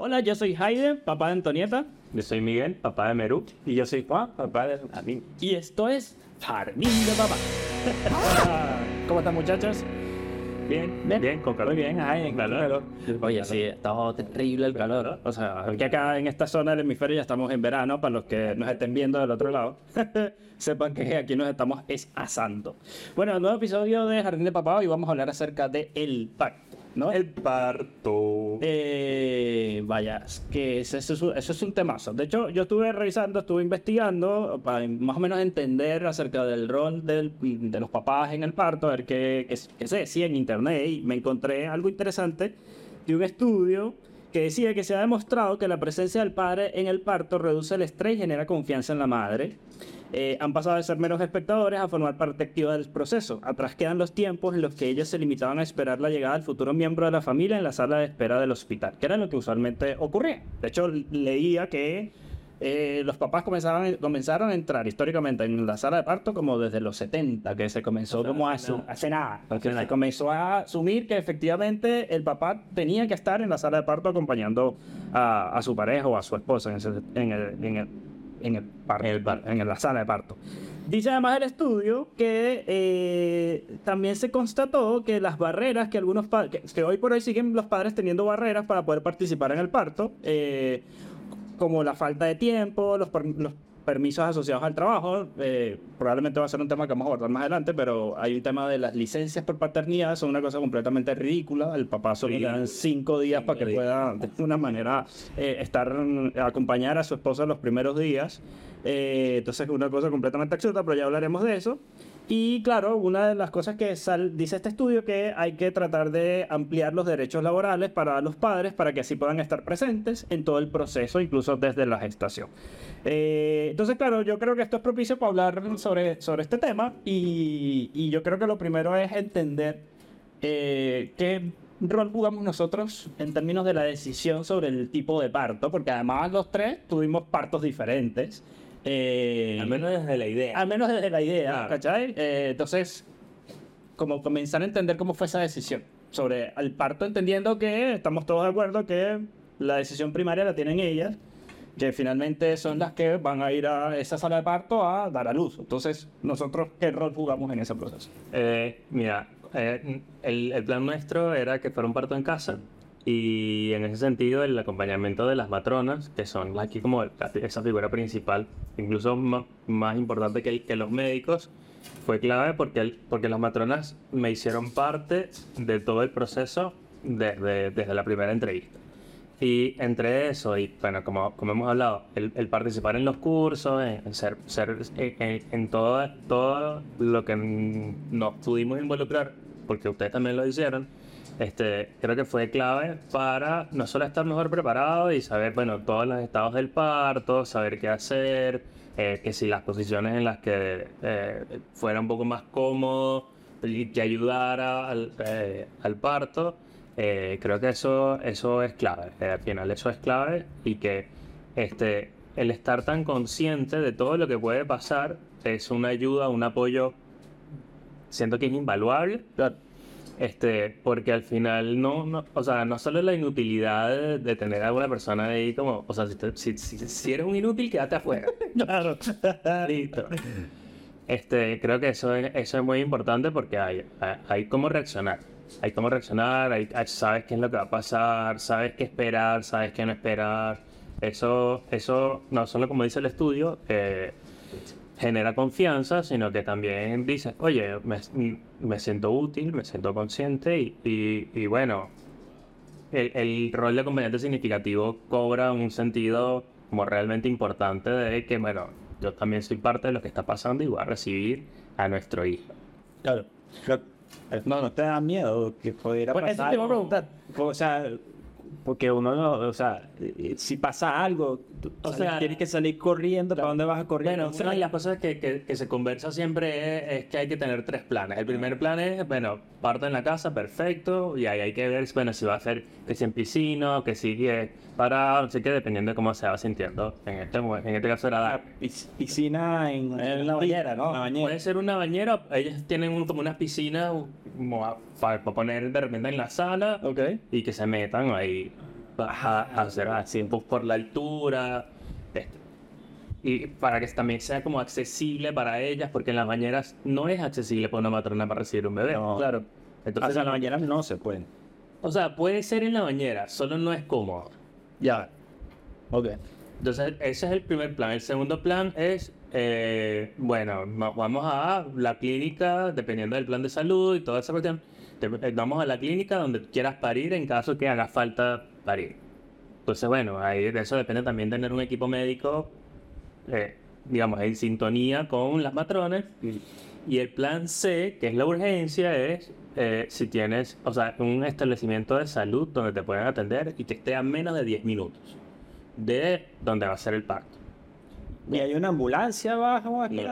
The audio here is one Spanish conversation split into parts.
Hola, yo soy Hayden, papá de Antonieta. Yo soy Miguel, papá de Merú. Y yo soy Juan, papá de Amin. Y esto es Jardín de Papá. ¿Cómo están, muchachos? Bien, con calor. Muy bien, en calor. Oye, sí, está terrible el calor. O sea, aquí acá en esta zona del hemisferio ya estamos en verano, para los que nos estén viendo del otro lado. Sepan que aquí nos estamos asando. Bueno, nuevo episodio de Jardín de Papá. Hoy vamos a hablar acerca de el pacto, ¿no? El parto. Vaya, que eso es un temazo. De hecho, yo estuve revisando, estuve investigando para más o menos entender acerca del rol de los papás en el parto, a ver qué se decía en internet, y me encontré algo interesante de un estudio que decía que se ha demostrado que la presencia del padre en el parto reduce el estrés y genera confianza en la madre. Han pasado de ser meros espectadores a formar parte activa del proceso. Atrás quedan los tiempos en los que ellos se limitaban a esperar la llegada del futuro miembro de la familia en la sala de espera del hospital, que era lo que usualmente ocurría. De hecho, leía que los papás comenzaron a entrar históricamente en la sala de parto como desde los 70, que se comenzó como hace nada. Se comenzó a asumir que efectivamente el papá tenía que estar en la sala de parto acompañando a su pareja o a su esposa en la sala de parto. Dice además el estudio que también se constató que las barreras que algunos padres, que hoy por hoy siguen los padres teniendo barreras para poder participar en el parto, como la falta de tiempo, los permisos asociados al trabajo, probablemente va a ser un tema que vamos a abordar más adelante, pero hay un tema de las licencias por paternidad, son una cosa completamente ridícula. El papá solo le dan 5 días para que pueda de alguna manera acompañar a su esposa los primeros días. Entonces es una cosa completamente absurda, pero ya hablaremos de eso. Y claro, una de las cosas que dice este estudio, que hay que tratar de ampliar los derechos laborales para los padres para que así puedan estar presentes en todo el proceso, incluso desde la gestación. Entonces, claro, yo creo que esto es propicio para hablar sobre este tema, y yo creo que lo primero es entender qué rol jugamos nosotros en términos de la decisión sobre el tipo de parto, porque además los tres tuvimos partos diferentes. Al menos desde la idea. Al menos desde la idea, Claro. ¿cachai? Entonces, como comenzar a entender cómo fue esa decisión sobre el parto, entendiendo que estamos todos de acuerdo que la decisión primaria la tienen ellas, que finalmente son las que van a ir a esa sala de parto a dar a luz. Entonces, nosotros, ¿qué rol jugamos en ese proceso? Mira, el plan nuestro era que fuera un parto en casa. Y en ese sentido, el acompañamiento de las matronas, que son aquí como esa figura principal, incluso más importante que los médicos, fue clave porque las matronas me hicieron parte de todo el proceso desde la primera entrevista. Y entre eso, y bueno, como hemos hablado, el participar en los cursos, en todo lo que nos pudimos involucrar, porque ustedes también lo hicieron, creo que fue clave para no solo estar mejor preparado y saber, bueno, todos los estados del parto, saber qué hacer, que si las posiciones en las que fuera un poco más cómodo y que ayudara al parto. Creo que eso es clave. Al final eso es clave, y que el estar tan consciente de todo lo que puede pasar es una ayuda, un apoyo, siento que es invaluable. Claro. Porque al final o sea, no solo la inutilidad de tener a alguna persona ahí como, o sea, si eres un inútil, quédate afuera. Claro. Listo. Creo que eso es muy importante, porque hay cómo reaccionar. Hay cómo reaccionar, sabes qué es lo que va a pasar, sabes qué esperar, sabes qué no esperar. Eso no solo, como dice el estudio, genera confianza, sino que también dices, oye, me siento útil, me siento consciente, y bueno, el rol de acompañante significativo cobra un sentido como realmente importante, de que, bueno, yo también soy parte de lo que está pasando y voy a recibir a nuestro hijo. Claro. No te da miedo que pudiera Bueno, eso pasar. te iba a preguntar. O sea, porque uno no, o sea, si pasa algo, O sea, tienes que salir corriendo. ¿Para dónde vas a correr? Bueno, una de las cosas que se conversa siempre es que hay que tener 3 planes. El primer plan es, bueno, parto en la casa, perfecto, y ahí hay que ver, bueno, si va a ser que si en piscina, o que si parado, así que dependiendo de cómo se va sintiendo. En este caso era dar. Piscina en la bañera, ¿no? La bañera. Puede ser una bañera, ellos tienen como unas piscinas para poner de repente en la sala, Ok. y que se metan ahí. a hacer así, pues, por la altura, este, y para que también sea como accesible para ellas, porque en las bañeras no es accesible para una matrona para recibir un bebé. No. Claro. Entonces, Hasta la mañana no se pueden. o sea, puede ser en la bañera, solo no es cómodo. Ya. Ok. Entonces, ese es el primer plan. El segundo plan es, bueno, vamos a la clínica, dependiendo del plan de salud y toda esa cuestión. Vamos a la clínica donde quieras parir en caso que haga falta parir. Entonces, bueno, ahí de eso depende también tener un equipo médico, digamos, en sintonía con las matronas. Y el plan C, que es la urgencia, es si tienes, o sea, un establecimiento de salud donde te pueden atender y que esté a menos de 10 minutos de donde va a ser el parto. ¿Y hay una ambulancia abajo aquí?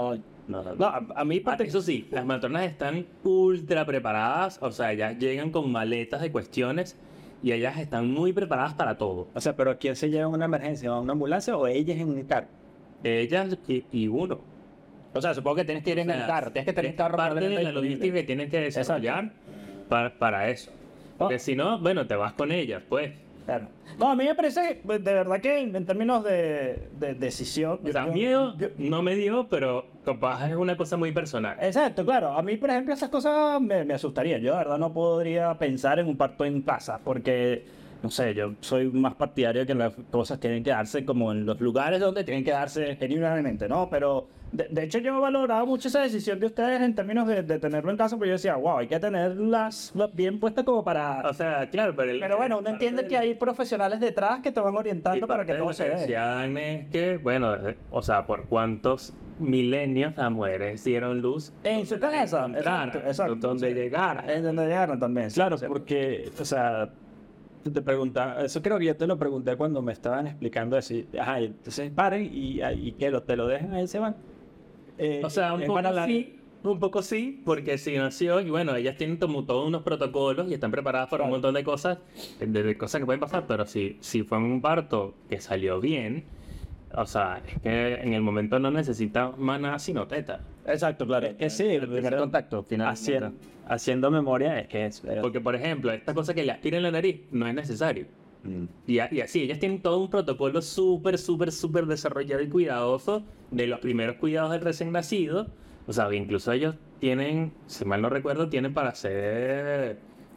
No, a mí Eso sí, las matronas están ultra preparadas, o sea, ellas llegan con maletas de cuestiones y ellas están muy preparadas para todo. O sea, pero ¿quién se lleva en una emergencia? ¿A una ambulancia o ellas en un carro? Ellas y uno. O sea, supongo que tienes que ir en O sea, el carro. Tienes que tener es carro parte de la disponible. logística que tienen que desarrollar para eso. Porque si no, bueno, te vas con ellas, pues. Claro. No, a mí me parece, pues, de verdad que en términos de decisión... O sea, miedo no me dio, pero capaz es una cosa muy personal. Exacto, claro. A mí, por ejemplo, esas cosas me asustarían. Yo, de verdad, no podría pensar en un parto en casa porque, no sé, yo soy más partidario que las cosas tienen que darse como en los lugares donde tienen que darse genuinamente, ¿no? Pero, de hecho, yo valoraba mucho esa decisión de ustedes en términos de tenerlo en casa, porque yo decía, wow, hay que tenerlas bien puestas como para... O sea, claro, Pero bueno, uno entiende que hay profesionales detrás que te van orientando para que todo se dé. decían es que, bueno, o sea, por cuántos milenios las mujeres dieron luz En su casa, exacto. donde llegar. Es donde llegaron también. Claro, Sí. porque, o sea, te preguntaba, eso creo que yo te lo pregunté cuando me estaban explicando así, ajá, y entonces paren y que te lo dejan ahí se van. O sea, es para la- un poco sí, porque sí nació y bueno, ellas tienen como todos unos protocolos y están preparadas para un montón de cosas que pueden pasar, pero si fue un parto que salió bien, o sea, es que en el momento no necesitas más nada sino teta. Exacto, claro. Es que sí, el primer contacto, finalmente. haciendo memoria es que es... Porque, por ejemplo, esta cosa que le aspiren la nariz no es necesario. Y así, ellas tienen todo un protocolo súper desarrollado y cuidadoso de los primeros cuidados del recién nacido. O sea, incluso ellos tienen, si mal no recuerdo, tienen para hacer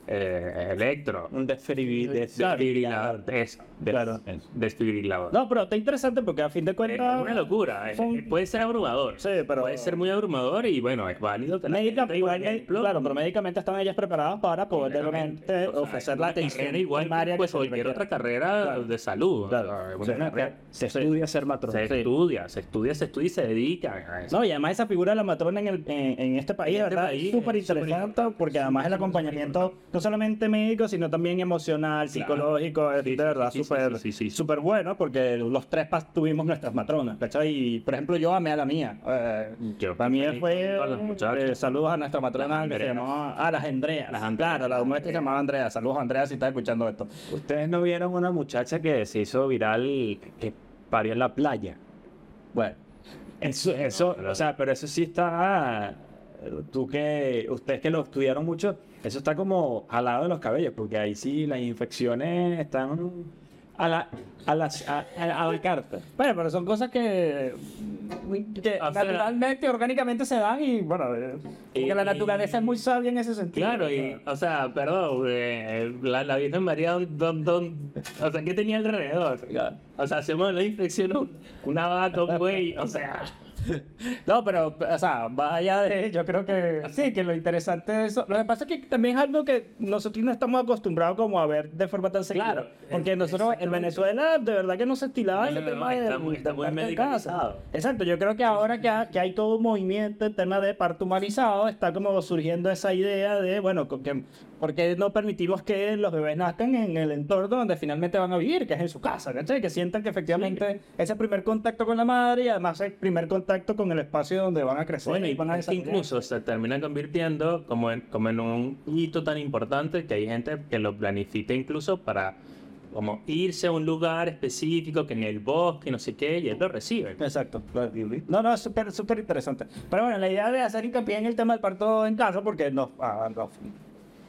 electro. un Desfibrilador. Claro. Desfibrilador. No, pero está interesante porque a fin de Es cuentas... una locura. Puede ser abrumador. Sí, pero- Puede ser muy abrumador y bueno, es válido. que la gente, por ejemplo, Claro, pero médicamente están ellas preparadas para poder realmente o sea, ofrecer la una atención carrera igual primaria que pues, que se cualquier requiera. otra carrera Claro. de salud. Claro. O sea, Sí. una carrera- Se estudia ser matrón. Se Sí. estudia y se dedica a eso. No, y además esa figura de la matrona en este país, En este ¿verdad? país Es súper es súper interesante porque además el acompañamiento no solamente médico, sino también emocional, psicológico, es Sí, de sí, verdad sí, sí, súper sí, sí, sí. súper bueno porque los tres tuvimos nuestras matronas, ¿cachai? Y, por ejemplo, yo amé a la mía. Yo Para mí también, fue... todas las muchachas. saludos a nuestra matrona que se Andreas. llamaba... las Andreas. Las Andreas. Claro, la nuestra se llamaba Andrea. Saludos a Andrea si estás escuchando esto. ¿Ustedes no vieron una muchacha que se hizo viral que parió en la playa? Bueno. Eso, pero- o sea, pero eso sí está, ustedes que lo estudiaron mucho, eso está como jalado de los cabellos, porque ahí sí las infecciones están a la carta. Bueno, pero son cosas que O sea, naturalmente, orgánicamente se dan y bueno, porque la naturaleza es muy sabia en ese sentido. Claro, y, o sea, perdón, la Virgen María, o sea, ¿qué tenía alrededor? O sea, hacemos la infección una vaca, un güey, o sea, No, pero, o sea, más allá de, yo creo que sí, que lo interesante de eso, lo que pasa es que también es algo que nosotros no estamos acostumbrados como a ver de forma tan seguida. Claro, Porque nosotros en Venezuela de verdad que no se estilaba No, el no, tema está del muy parto en medicalizado. casa. Exacto, yo creo que ahora que hay todo un movimiento en tema de parto humanizado, está como surgiendo esa idea de, bueno, ¿por qué no permitimos que los bebés nazcan en el entorno donde finalmente van a vivir, que es en su casa, ¿cachai? Que sientan que efectivamente ese primer contacto con la madre y además el primer contacto con el espacio donde van a crecer. bueno, y van a es que desarrollar. incluso se termina convirtiendo como en un hito tan importante que hay gente que lo planifica incluso para como irse a un lugar específico, que en el bosque, no sé qué, y él lo recibe. Exacto. No, es súper interesante. Pero bueno, la idea de hacer hincapié en el tema del parto en casa, porque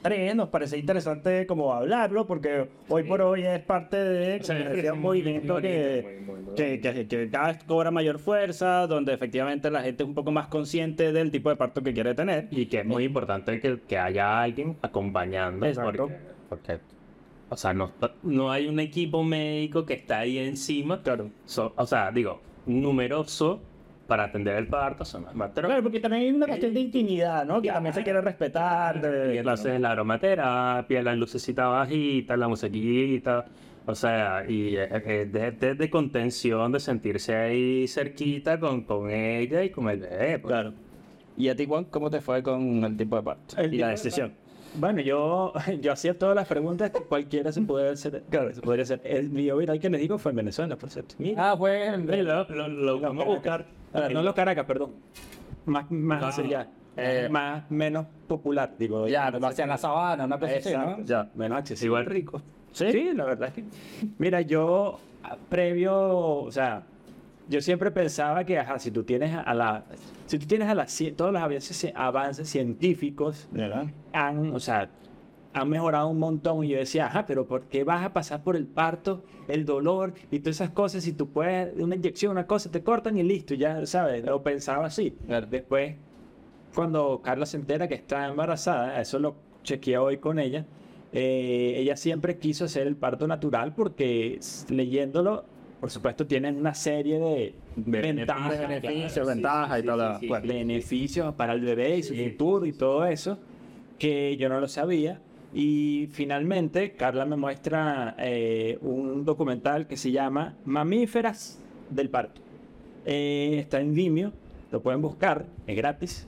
tres, nos parece interesante como hablarlo, porque hoy por hoy es parte de sea, como decía, un movimiento que cada vez cobra mayor fuerza, donde efectivamente la gente es un poco más consciente del tipo de parto que quiere tener. Y que es muy importante que haya alguien acompañando. Exacto. Porque, o sea, no hay un equipo médico que está ahí encima. Claro. O sea, digo, numeroso para atender el parto, son las matronas. Claro, porque también hay una cuestión de intimidad, ¿no? Que también se quiere respetar. Y entonces la aromaterapia, la lucecita bajita, la musiquita, o sea, y de contención, de sentirse ahí cerquita con ella y con el bebé. Pues. Claro. ¿Y a ti, Juan, cómo te fue con el tipo de parto y la decisión? Bueno, yo hacía todas las preguntas que cualquiera se puede hacer. Claro, se podría hacer. El video viral que les digo fue en Venezuela, por cierto. Fue Lo vamos a buscar. No los Caracas, perdón. Más allá. Menos popular, digo. Ya, no hacia la sabana, una cosa así, Exacto. ¿no? Ya, menos accesible. Igual rico. Sí, la verdad es que. Mira, yo previo, o sea, yo siempre pensaba que, si tú tienes todos los avances científicos ¿Verdad? han mejorado un montón. Y yo decía, pero ¿por qué vas a pasar por el parto, el dolor y todas esas cosas? Si tú puedes, una inyección, una cosa, te cortan y listo, ya sabes. Lo pensaba así. Claro. Después, cuando Carla se entera que está embarazada, eso lo chequeé hoy con ella. Ella siempre quiso hacer el parto natural porque leyéndolo, por supuesto, tienen una serie de Beneficios, ventajas y todo. beneficios para el bebé y su futuro y todo eso, que yo no lo sabía. Y finalmente, Carla me muestra un documental que se llama Mamíferas del Parto. Está en Vimeo, lo pueden buscar, es gratis.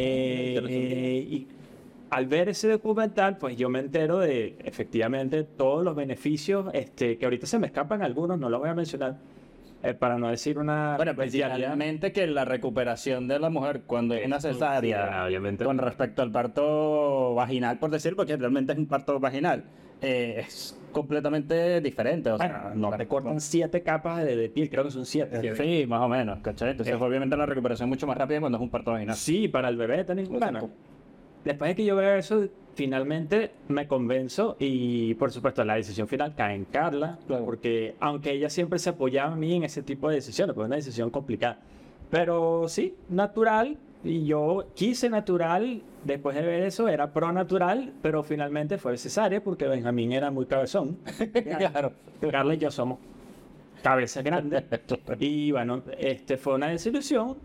Y al ver ese documental, pues yo me entero de, efectivamente, todos los beneficios, que ahorita se me escapan algunos, no los voy a mencionar, para no decir una... Bueno, pues realmente que la recuperación de la mujer cuando es una cesárea, obviamente. con respecto al parto vaginal, por decir, porque realmente es un parto vaginal, es completamente diferente. O sea, no te cortan 7 capas de piel, creo que son 7. Sí, más o menos, ¿cachai? Entonces, obviamente la recuperación es mucho más rápida cuando es un parto vaginal. Sí, para el bebé también. Bueno, después de que yo veo eso, finalmente me convenzo y, por supuesto, la decisión final cae en Carla, porque aunque ella siempre se apoyaba a mí en ese tipo de decisiones, pues es una decisión complicada. Pero sí, natural, y yo quise natural, después de ver eso, era pro natural, pero finalmente fue cesárea porque Benjamín era muy cabezón. Claro. Carla y yo somos cabezas grandes. Y bueno, fue una desilusión,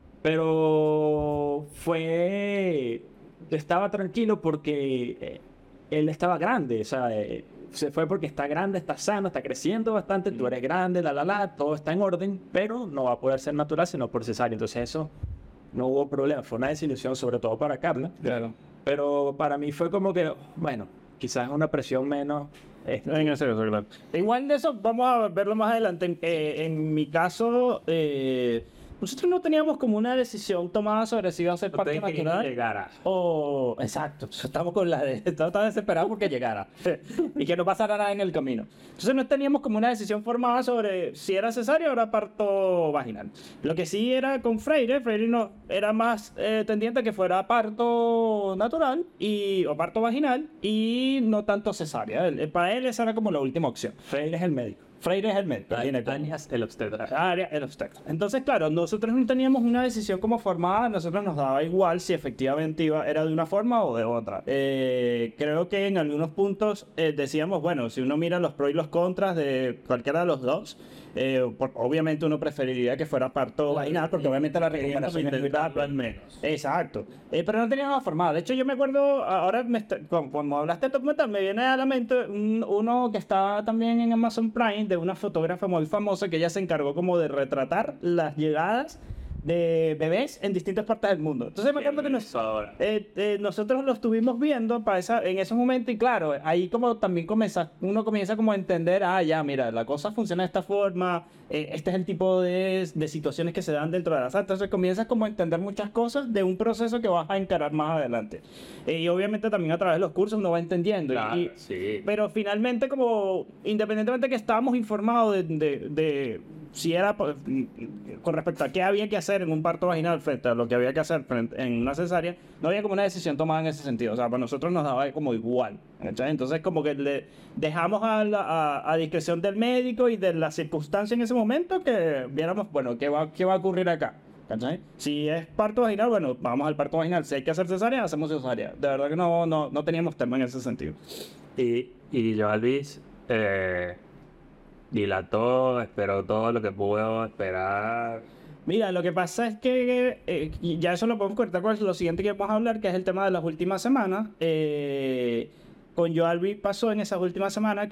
pero estaba tranquilo porque él estaba grande, o sea, se fue porque está grande, está sano, está creciendo bastante, tú eres grande, todo está en orden, pero no va a poder ser natural sino por cesárea. Entonces eso no hubo problema, fue una desilusión sobre todo para Carla, Claro. pero para mí fue como que, bueno, quizás una presión menos. En serio, claro. Igual de eso vamos a verlo más adelante. En mi caso, nosotros no teníamos como una decisión tomada sobre si iba a ser parto natural Llegara. o... Exacto, estamos tan desesperados porque llegara y que no pasara nada en el camino. Entonces no teníamos como una decisión formada sobre si era cesárea o era parto vaginal. Lo que sí era con Freire no, era más tendiente a que fuera parto natural o parto vaginal y no tanto cesárea. Para él esa era como la última opción. Freire es el médico. Freire es el médico. Alias el obstetra. El obstetra. Entonces, claro, nosotros no teníamos una decisión como formada, a nosotros nos daba igual si efectivamente era de una forma o de otra. Creo que en algunos puntos decíamos, bueno, si uno mira los pros y los contras de cualquiera de los dos, obviamente uno preferiría que fuera parto vaginal, porque obviamente la recomendación es muy rápida. al menos. Exacto. Pero no tenía nada formado. De hecho, yo me acuerdo, ahora cuando hablaste de documental, me viene a la mente uno que está también en Amazon Prime, de una fotógrafa muy famosa que ella se encargó como de retratar las llegadas de bebés en distintas partes del mundo. Entonces me acuerdo que nosotros lo estuvimos viendo en esos momentos y claro, ahí como también uno comienza como a entender, ya mira, la cosa funciona de esta forma, este es el tipo de situaciones que se dan dentro de la sala. Entonces comienzas como a entender muchas cosas de un proceso que vas a encarar más adelante. Y obviamente también a través de los cursos uno va entendiendo. Sí. Pero finalmente como, independientemente de que estábamos informados de si era con respecto a qué había que hacer en un parto vaginal frente a lo que había que hacer en una cesárea, no había como una decisión tomada en ese sentido. O sea, para nosotros nos daba como igual. ¿Cachai? Entonces, como que le dejamos a discreción del médico y de la circunstancia en ese momento que viéramos, bueno, qué va a ocurrir acá. ¿Cachai? Si es parto vaginal, bueno, vamos al parto vaginal. Si hay que hacer cesárea, hacemos cesárea. De verdad que no teníamos tema en ese sentido. Y yo, Alvis, dilató, esperó todo lo que pudo esperar. Mira, lo que pasa es que y ya eso lo podemos cortar con lo siguiente que vamos a hablar, que es el tema de las últimas semanas. Con Joalbi pasó en esas últimas semanas que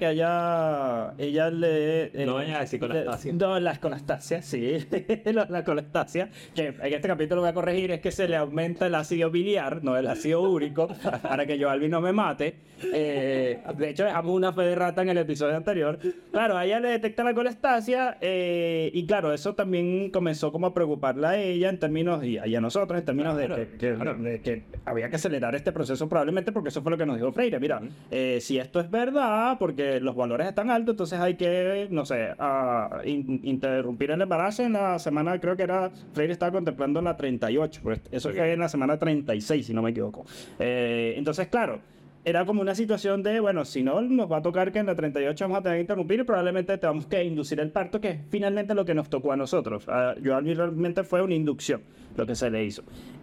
ella le... No vayas a decir colastasia. No, la colastasia, sí. la colastasia, que en este capítulo voy a corregir, es que se le aumenta el ácido biliar, no el ácido úrico, para que Joalbi no me mate. De hecho, dejamos una fe de rata en el episodio anterior. Claro, a ella le detecta la colastasia y claro, eso también comenzó como a preocuparla a ella en términos, y a nosotros en términos de que había que acelerar este proceso probablemente porque eso fue lo que nos dijo Freire. Mira, si esto es verdad, porque los valores están altos, entonces hay que, no sé, interrumpir el embarazo en la semana, creo que era, Freire estaba contemplando la 38, pues eso fue en la semana 36, si no me equivoco. Entonces, claro, era como una situación de, bueno, si no, nos va a tocar que en la 38 vamos a tener que interrumpir y probablemente tengamos que inducir el parto, que es finalmente lo que nos tocó a nosotros. Yo realmente fue una inducción lo que se le hizo.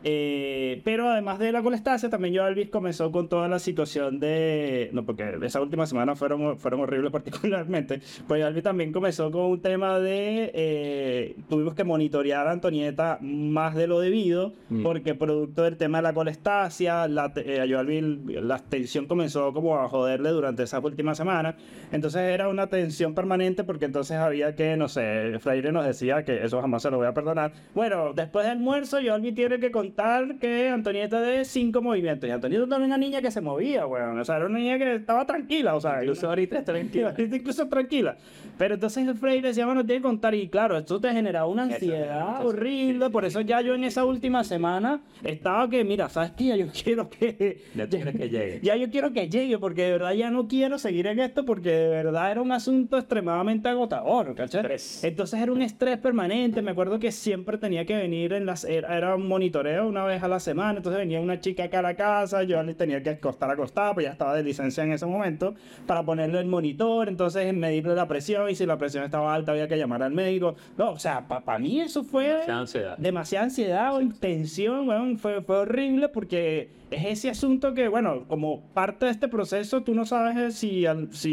Pero además de la colestasia, también yo Alvis comenzó con toda la situación de... No, porque esa última semana fueron horribles particularmente. Pues Alvis también comenzó con un tema de... tuvimos que monitorear a Antonieta más de lo debido, porque producto del tema de la colestasia, a Alvis la tensión comenzó como a joderle durante esas últimas semanas. Entonces era una tensión permanente porque entonces había que, no sé, Freire nos decía que eso jamás se lo voy a perdonar. Bueno, después del almuerzo, Joalbi tiene que contar que Antonieta de 5 movimientos. Y Antonieta era una niña que se movía, weón. O sea, era una niña que estaba tranquila. O sea, incluso ahorita está tranquila. Ahorita incluso tranquila. Pero entonces el Freire decía, bueno, tiene que contar. Y claro, esto te generaba una ansiedad horrible. Por eso ya yo en esa última semana estaba que, mira, ¿sabes qué? Ya yo quiero que... Ya quiero que llegue. Ya yo quiero que llegue, porque de verdad ya no quiero seguir en esto, porque de verdad era un asunto extremadamente agotador, ¿cachai? Entonces era un estrés permanente. Me acuerdo que siempre tenía que venir era un monitoreo una vez a la semana, entonces venía una chica acá a la casa, yo le tenía que acostada, pues ya estaba de licencia en ese momento, para ponerle el monitor, entonces medirle la presión, y si la presión estaba alta había que llamar al médico. No, o sea, para mí eso fue demasiada ansiedad o tensión, bueno, fue horrible, porque es ese asunto que, bueno, como parte de este proceso, tú no sabes si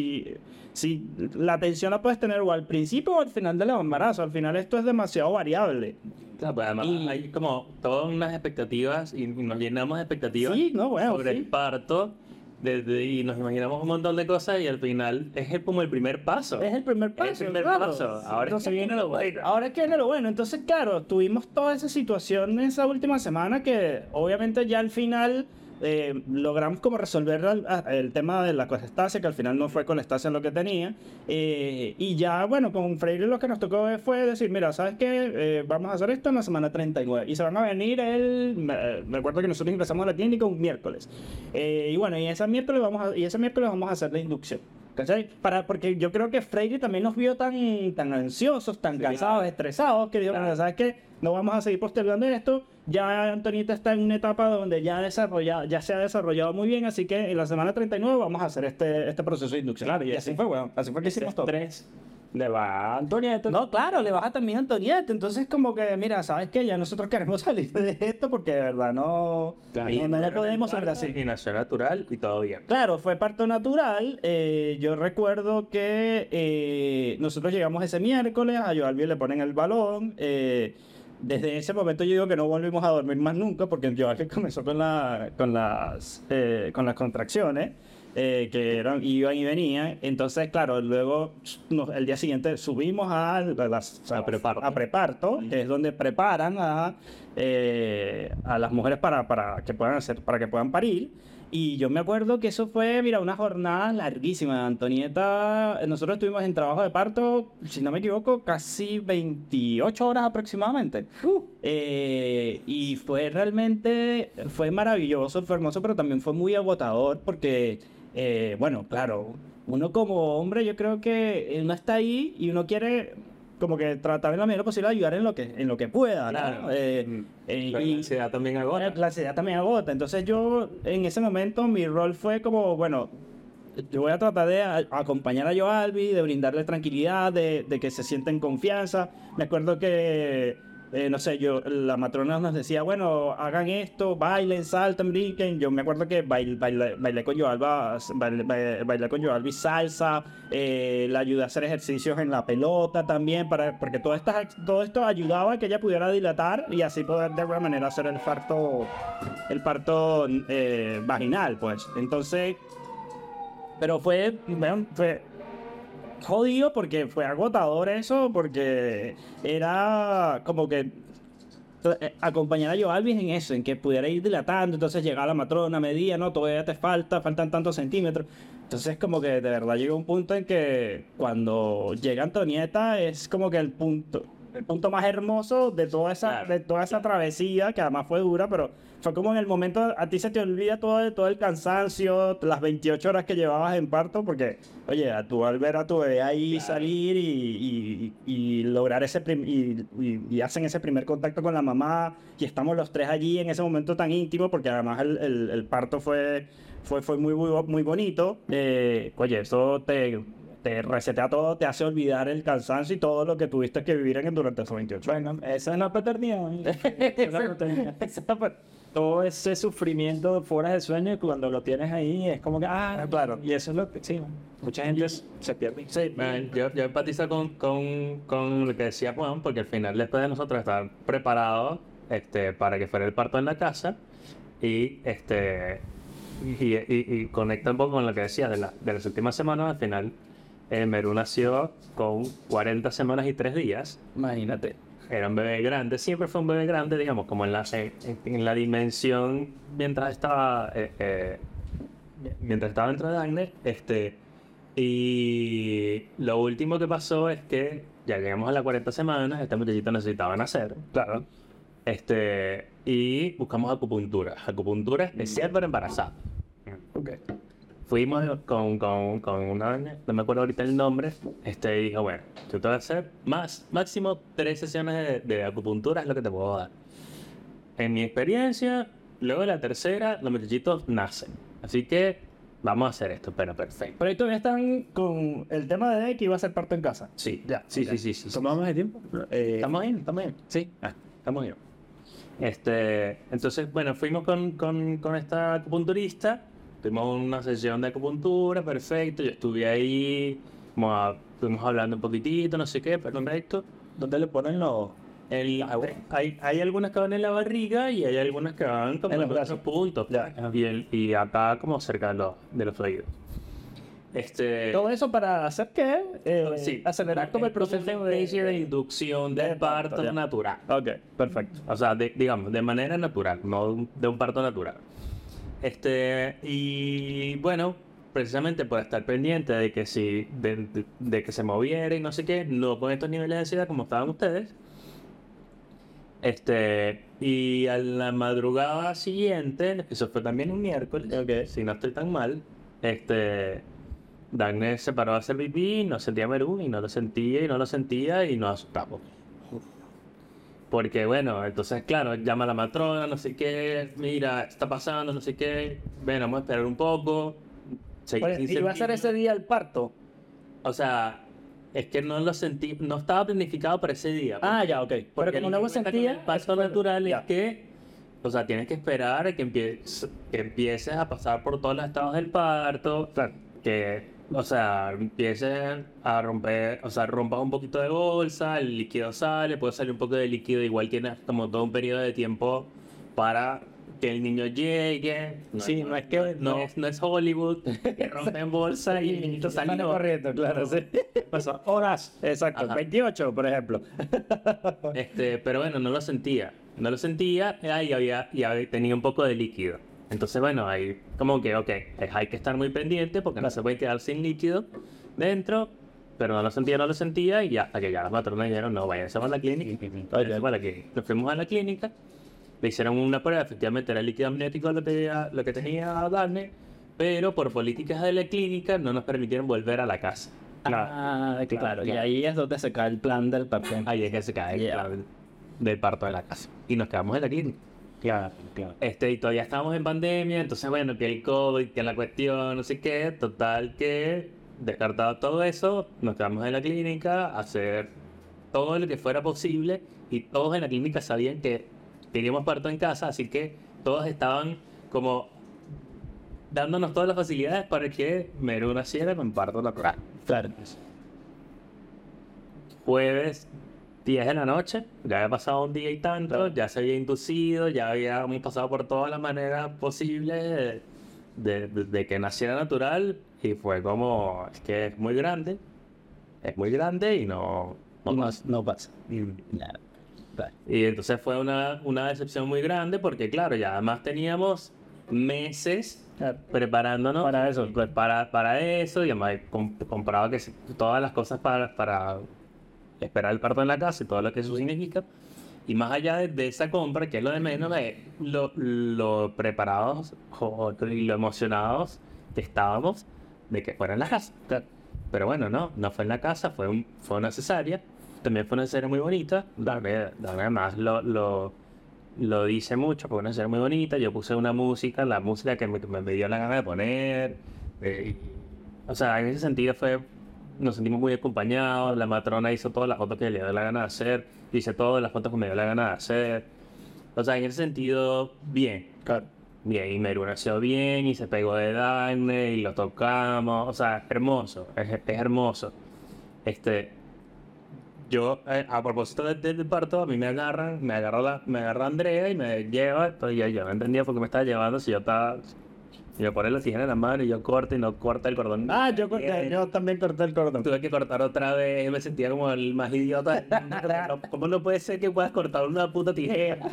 la tensión la puedes tener o al principio o al final del embarazo. Al final esto es demasiado variable. Claro, pues además hay como todas unas expectativas y nos llenamos de expectativas sobre el parto y nos imaginamos un montón de cosas y al final es como el primer paso. Es el primer paso. Es el primer paso. Ahora entonces, es que viene lo bueno. Ahora es que viene lo bueno. Entonces, claro, tuvimos toda esa situación en esa última semana que obviamente ya al final... logramos como resolver el tema de la colestasia, que al final no fue colestasia lo que tenía, y ya, bueno, con Freire lo que nos tocó fue decir, mira, ¿sabes qué? Vamos a hacer esto en la semana 39, y se van a venir me acuerdo que nosotros ingresamos a la clínica un miércoles, y bueno, y ese miércoles vamos a hacer la inducción. ¿Cachai? Porque yo creo que Freire también nos vio tan ansiosos, tan cansados, estresados, que dijo, ¿sabes qué? No vamos a seguir postergando esto. Ya Antonieta está en una etapa donde ya se ha desarrollado muy bien, así que en la semana 39 vamos a hacer este proceso de inducción. Claro, y así fue, weón. Así fue que hicimos todo. Le va a Antonieta. No, claro, le baja también a Antonieta. Entonces, como que, mira, ¿sabes qué? Ya nosotros queremos salir de esto porque de verdad no le podemos hacer así. Y nació natural y todo bien. Claro, fue parto natural. Yo recuerdo que nosotros llegamos ese miércoles, a Joalbi le ponen el balón. Desde ese momento yo digo que no volvimos a dormir más nunca porque Joalbi comenzó con las contracciones. Que iban y venían. Entonces, claro, luego el día siguiente subimos a preparto, que es donde preparan a las mujeres para que puedan parir. Y yo me acuerdo que eso fue, mira, una jornada larguísima. Antonieta, nosotros estuvimos en trabajo de parto, si no me equivoco, casi 28 horas aproximadamente. Y fue maravilloso, fue hermoso, pero también fue muy agotador porque, bueno, claro, uno como hombre yo creo que uno está ahí y uno quiere como que tratar en la medida posible de ayudar en lo que pueda, ¿no? Claro. Pero Y la ansiedad también agota. la ansiedad también agota. Entonces yo, en ese momento, mi rol fue como, bueno, yo voy a tratar de acompañar a Joalbi, de brindarle tranquilidad, de que se sienta en confianza. Me acuerdo que, no sé, la matrona nos decía, bueno, hagan esto, bailen, salten, brinquen. Yo me acuerdo que bailé con bailé con Joalbi salsa, la ayudé a hacer ejercicios en la pelota también, porque todo esto ayudaba a que ella pudiera dilatar y así poder de alguna manera hacer el parto vaginal, pues. Entonces... Pero fue jodido porque fue agotador eso, porque era como que acompañar a Joalvis en eso, en que pudiera ir dilatando, entonces llegaba la matrona, medía, no, todavía faltan tantos centímetros. Entonces como que de verdad llegó un punto en que cuando llega Antonieta es como que el punto más hermoso de toda esa travesía, que además fue dura, pero fue como en el momento, a ti se te olvida todo el cansancio, las 28 horas que llevabas en parto, porque, oye, tú al ver a tu bebé ahí salir y lograr y hacen ese primer contacto con la mamá, y estamos los tres allí en ese momento tan íntimo, porque además el parto fue muy bonito, oye, eso te resetea todo, te hace olvidar el cansancio y todo lo que tuviste que vivir durante esos 28 años. Bueno, esa es la paternidad. Esa es la paternidad. Todo ese sufrimiento de fuera de sueño, cuando lo tienes ahí, es como que, claro. Y eso es lo que, sí, mucha gente se pierde. Sí, Yo empatizo con lo que decía Juan, porque al final, después de nosotros estar preparados para que fuera el parto en la casa, y conecta un poco con lo que decía de las últimas semanas. Al final, Meru nació con 40 semanas y 3 días. imagínate. Era un bebé grande, siempre fue un bebé grande, digamos, como en la dimensión mientras estaba dentro de Agnes. Y lo último que pasó es que ya llegamos a las 40 semanas, este muchachito necesitaba nacer. Claro. Y buscamos acupuntura especial para embarazadas. Okay. Fuimos con una, no me acuerdo ahorita el nombre, y dijo, bueno, tú te vas a hacer máximo 3 sesiones de acupuntura, es lo que te puedo dar. En mi experiencia, luego de la tercera, los muchachitos nacen. Así que vamos a hacer esto, pero perfecto. Pero ahí todavía están con el tema de que iba a ser parto en casa. Sí, Ya, sí, ok. sí. ¿Tomamos de tiempo? ¿Estamos bien? Sí. Estamos bien. Entonces, bueno, fuimos con esta acupunturista, tuvimos una sesión de acupuntura, perfecto, yo estuve ahí, estuvimos hablando un poquitito, no sé qué, perfecto. ¿Dónde le ponen los...? Hay algunas que van en la barriga y hay algunas que van como En los en otros brazos. puntos, y acá como cerca de los oídos. Todo eso para hacer que Sí, acelerar como el proceso una especie de inducción del parto ya. natural. Ok, perfecto. O sea, digamos, de manera natural, no de un parto natural. Y bueno, precisamente por estar pendiente de que de que se moviera y no sé qué, no con estos niveles de ansiedad como estaban ustedes. Y a la madrugada siguiente, eso fue también un miércoles, si no estoy tan mal, Dagnes se paró a hacer pipí, no sentía Meru y no lo sentía y nos asustamos. Porque bueno, entonces claro, llama a la matrona, no sé qué, mira, está pasando, no sé qué, ven, vamos a esperar un poco. ¿Y va a ser ese día el parto? O sea, es que no lo sentí, no estaba planificado para ese día. Ya, ok. Porque Pero como no lo sentía, el parto natural ya. es que, o sea, tienes que esperar a que empieces a pasar por todos los estados del parto, Claro. que, o sea, empieces a romper, o sea, rompas un poquito de bolsa, el líquido sale, puede salir un poco de líquido, igual tienes como todo un periodo de tiempo para que el niño llegue. Sí, no es que... No es Hollywood, que rompen bolsa y el niñito sale. Sale corriendo, claro, sí. Pasan horas. Exacto, Ajá. 28, por ejemplo. Pero bueno, no lo sentía, y tenía un poco de líquido. Entonces, bueno, ahí como que, ok, hay que estar muy pendiente porque no se puede quedar sin líquido dentro, pero no lo sentía, y hasta que ya las matronas dijeron, no, váyanse a la clínica. Nos fuimos a la clínica, le hicieron una prueba, efectivamente era líquido amniótico lo que tenía Dagnes, pero por políticas de la clínica no nos permitieron volver a la casa. Claro. Y ahí es donde se cae el plan del parto. Ahí es que se cae el plan del parto de la casa. Y nos quedamos en la clínica. Claro. Y todavía estábamos en pandemia, entonces bueno, que el COVID, que la cuestión, no sé qué, total que descartado todo eso, nos quedamos en la clínica a hacer todo lo que fuera posible y todos en la clínica sabían que queríamos parto en casa, así que todos estaban como dándonos todas las facilidades para que Meru naciera con parto natural. Claro. Jueves 10 de la noche, ya había pasado un día y tanto, ya se había inducido, ya habíamos pasado por todas las maneras posibles de que naciera natural y fue como, es que es muy grande y no pasa. Claro. Y entonces fue una decepción muy grande porque claro, ya además teníamos meses preparándonos Para eso. pues, para eso y además compraba todas las cosas para esperar el parto en la casa y todo lo que eso significa. Y más allá de esa compra, que es lo de menos, es lo preparados y lo emocionados que estábamos de que fuera en la casa. Pero bueno, no fue en la casa, fue una cesárea. También fue una cesárea muy bonita. Además lo dice mucho, fue una cesárea muy bonita. Yo puse la música que me dio la gana de poner. O sea, en ese sentido nos sentimos muy acompañados. La matrona hizo todas las fotos que le dio la gana de hacer. Hice todas las fotos que me dio la gana de hacer. O sea, en ese sentido, bien. Claro. Bien, y Meru nació bien y se pegó de Dagne y lo tocamos. O sea, hermoso, es hermoso. Yo, a propósito del parto, a mí me agarra Andrea y me lleva. Entonces yo no entendía por qué me estaba llevando si yo estaba. Y me pone la tijera en la mano y yo corto y no corta el cordón. Yo también corté el cordón. Tuve que cortar otra vez, me sentía como el más idiota. ¿Cómo no puede ser que puedas cortar una puta tijera?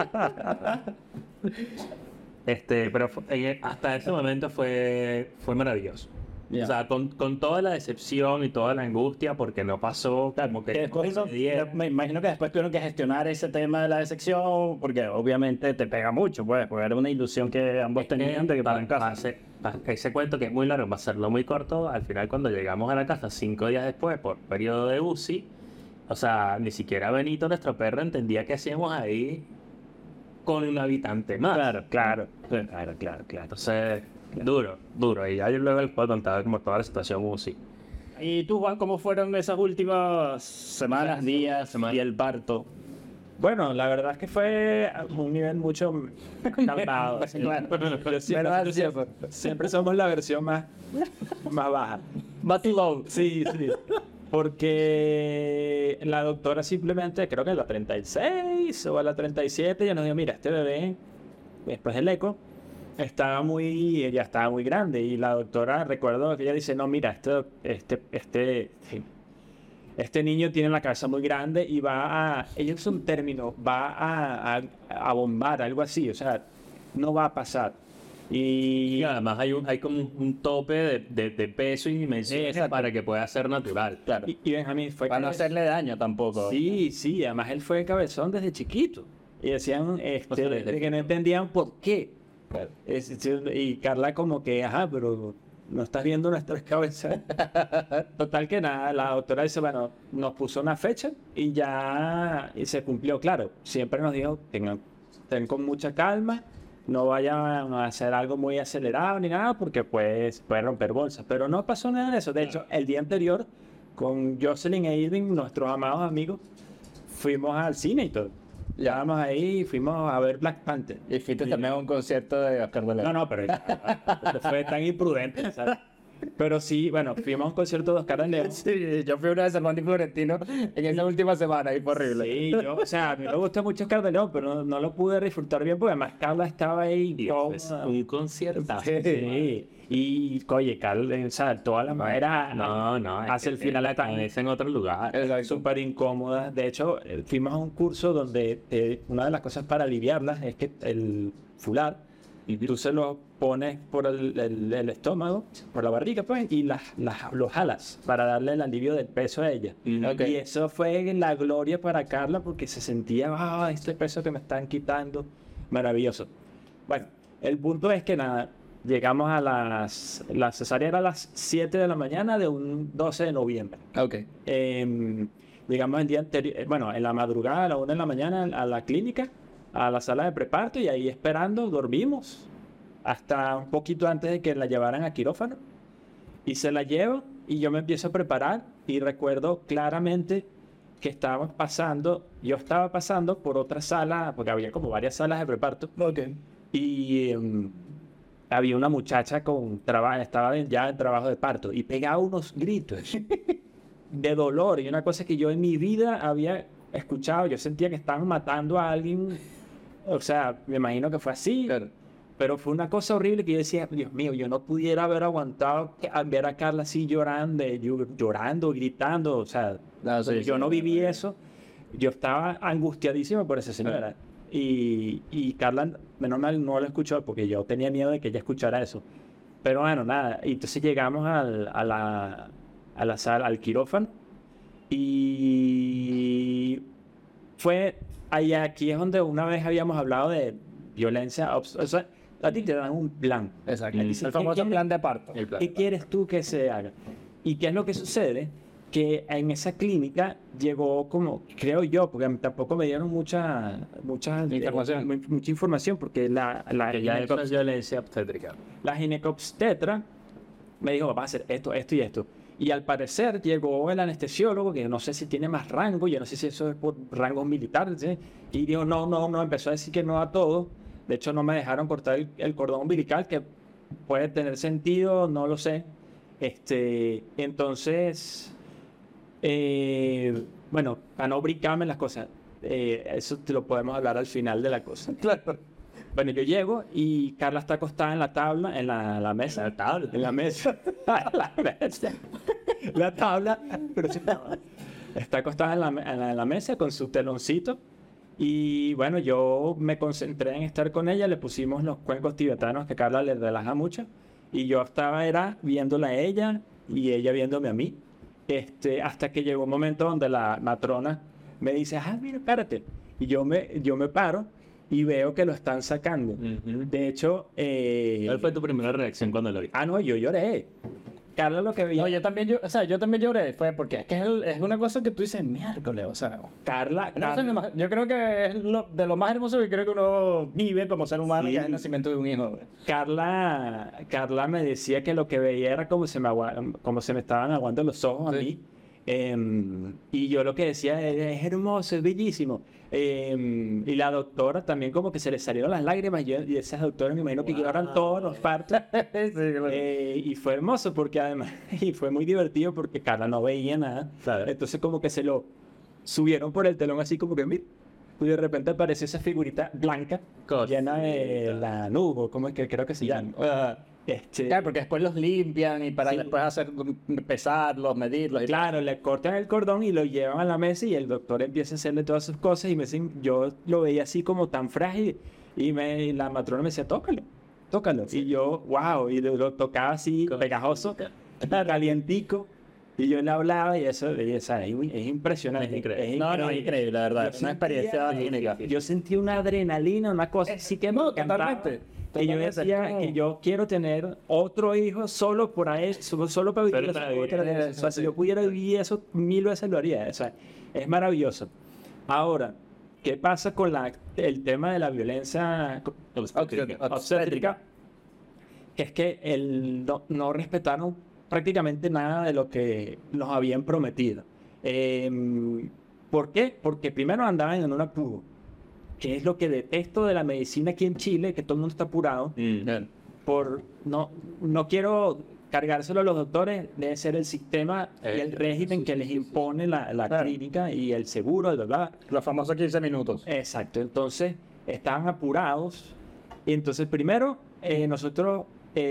Pero hasta ese momento fue maravilloso. Yeah. O sea, con toda la decepción y toda la angustia, porque no pasó como que... Después me imagino que después tuvieron que gestionar ese tema de la decepción, porque obviamente te pega mucho, pues, porque era una ilusión que ambos tenían de que para en casa. Ese cuento que es muy largo, va a hacerlo muy corto, al final cuando llegamos a la casa 5 días después, por periodo de UCI, o sea, ni siquiera Benito, nuestro perro, entendía qué hacíamos ahí con un habitante más. Claro. Entonces, duro. Y ya yo luego les puedo contar como toda la situación UCI. ¿Y tú, Juan, cómo fueron esas últimas semanas, días y el parto? Bueno, la verdad es que fue a un nivel mucho calmado. Pero siempre somos la versión más baja. Batilón. Sí. Porque la doctora simplemente, creo que a la 36 o a la 37, ya nos dijo, mira, este bebé, después del eco, ella estaba muy grande. Y la doctora, recuerdo que ella dice, no, mira, este niño tiene la cabeza muy grande y ella usa un término, va a bombar, algo así, o sea, no va a pasar. Y además hay como un tope de peso y dimensiones para que pueda ser natural. Claro. Y Benjamín fue... Para no hacerle daño tampoco. Sí, además él fue cabezón desde chiquito. Y decían que no entendían por qué. Claro. Y Carla como que, pero no estás viendo nuestras cabezas. Total que nada, la doctora dice, bueno, nos puso una fecha y ya se cumplió. Claro, siempre nos dijo, ten con mucha calma. No vayan a hacer algo muy acelerado ni nada porque pues puede romper bolsas. Pero no pasó nada de eso. De hecho, el día anterior, con Jocelyn e Irving, nuestros amados amigos, fuimos al cine y todo. Llegamos ahí y fuimos a ver Black Panther. Y fuiste también a un concierto de Oscar de León. No, pero fue tan imprudente, ¿sabes? Pero sí, bueno, fuimos a un concierto de Oscar de León. Sí, yo fui una vez a Salmón y Florentino en esa última semana y fue horrible. Sí, a mí me gustó mucho Oscar de León, pero no lo pude disfrutar bien porque además Carla estaba ahí. Un concierto. Sí. Y, oye, Carla, o sea, toda la manera hacia el final es en otro lugar. Súper incómoda. De hecho, fuimos a un curso donde una de las cosas para aliviarlas es que el fular, tú se lo pones por el estómago, por la barriga, pues, y los jalas para darle el alivio del peso a ella. Okay. Y eso fue la gloria para Carla porque se sentía, este peso que me están quitando, maravilloso. Bueno, el punto es que nada, llegamos a la cesárea era a las 7 de la mañana de un 12 de noviembre. Ok. Llegamos el día anterior, bueno, en la madrugada, a la 1 de la mañana, a la clínica, a la sala de preparto, y ahí esperando, dormimos hasta un poquito antes de que la llevaran a quirófano. Y se la llevo y yo me empiezo a preparar y recuerdo claramente que yo estaba pasando por otra sala, porque había como varias salas de preparto, Ok. y había una muchacha estaba ya en trabajo de parto y pegaba unos gritos de dolor, y una cosa que yo en mi vida había escuchado. Yo sentía que estaban matando a alguien, o sea, me imagino que fue así, Claro. pero fue una cosa horrible que yo decía, Dios mío, yo no pudiera haber aguantado ver a Carla así llorando, gritando, o sea, No, sí, yo sí. no viví eso. Yo estaba angustiadísimo por esa señora. Y Carla, menos mal, no lo escuchó porque yo tenía miedo de que ella escuchara eso. Pero bueno, nada. Y entonces llegamos a la sala, al quirófano. Y aquí es donde una vez habíamos hablado de violencia. O sea, a ti te dan un plan. Exacto. Te dicen, El famoso ¿qué plan de parto. ¿Qué quieres tú que se haga? ¿Y qué es lo que sucede? Que en esa clínica llegó como, creo yo, porque tampoco me dieron mucha Información. mucha información, porque Que ya eso es violencia obstétrica. la ginecobstetra me dijo, va a hacer esto, esto y esto. Y al parecer llegó el anestesiólogo, que no sé si tiene más rango, yo no sé si eso es por rangos militares, ¿sí? Y dijo, no, empezó a decir que no a todo. De hecho, no me dejaron cortar el cordón umbilical, que puede tener sentido, no lo sé. Entonces, bueno, para no brincarme las cosas, eso te lo podemos hablar al final de la cosa. Claro. Bueno, yo llego y Carla está acostada en la tabla, en la mesa. La tabla. En la mesa. La mesa. La tabla. Pero sí, está acostada en la mesa con su teloncito. Y bueno, yo me concentré en estar con ella. Le pusimos los cuencos tibetanos que a Carla le relaja mucho. Y yo era viéndola a ella y ella viéndome a mí. Hasta que llegó un momento donde la matrona me dice, mira, espérate. Y yo me paro y veo que lo están sacando. De hecho, ¿Cuál fue tu primera reacción cuando lo vi? no, yo lloré. Carla lo que veía. No, yo también lloré, fue porque es que es una cosa que tú dices, miércoles, o sea. Carla, No sé, yo creo que es de lo más hermoso que creo que uno vive como ser humano, Sí. que es el nacimiento de un hijo. Güey. Carla me decía que lo que veía era como se me estaban aguando los ojos a mí. Y yo lo que decía es hermoso, es bellísimo. Y la doctora también como que se le salieron las lágrimas. Y esas doctoras me imagino que lloran todos los partos. Sí, claro. Y fue hermoso porque además, y fue muy divertido porque Carla no veía nada. Claro. Entonces como que se lo subieron por el telón así como que, mira, y de repente apareció esa figurita blanca llena de la nube, como es que creo que se llama. Claro, porque después los limpian y para Sí. después pesarlos, medirlos. Y Claro, le cortan el cordón y lo llevan a la mesa y el doctor empieza a hacerle todas sus cosas y yo lo veía así como tan frágil y la matrona me decía, tócalo. Y yo, wow, y lo tocaba así, pegajoso, calientico, y yo le hablaba y eso, es impresionante. Es increíble. No, es increíble, la verdad. Es una experiencia única. Yo sentí una adrenalina, una cosa así que me encantaba. totalmente. Y yo decía que yo quiero tener otro hijo solo por ahí, solo para vivir eso. O sea, si yo pudiera vivir eso 1000 veces lo haría. O sea, es maravilloso. Ahora, ¿qué pasa con el tema de la violencia obstétrica? Que es que no respetaron prácticamente nada de lo que nos habían prometido. ¿Por qué? Porque primero andaban en un apuro, que es lo que detesto de la medicina aquí en Chile, que todo el mundo está apurado. No quiero cargárselo a los doctores, debe ser el sistema y el régimen que les impone la clínica y el seguro, de verdad. Los famosos 15 minutos. Exacto, entonces estaban apurados. Y entonces primero nosotros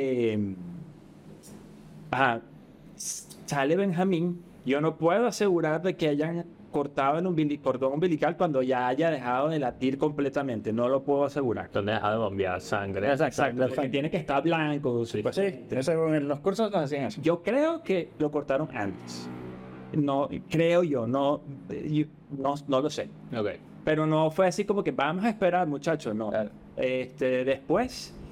sale Benjamín. Yo no puedo asegurar de que hayan cortado el cordón umbilical cuando ya haya dejado de latir completamente. No lo puedo asegurar. Donde deja de bombear sangre. Exacto, porque tiene que estar blanco. Sí. Pues sí, en los cursos nos hacían eso. Yo creo que lo cortaron antes. No, creo yo, no lo sé. Ok. Pero no fue así como que vamos a esperar, muchachos, no. Claro. Después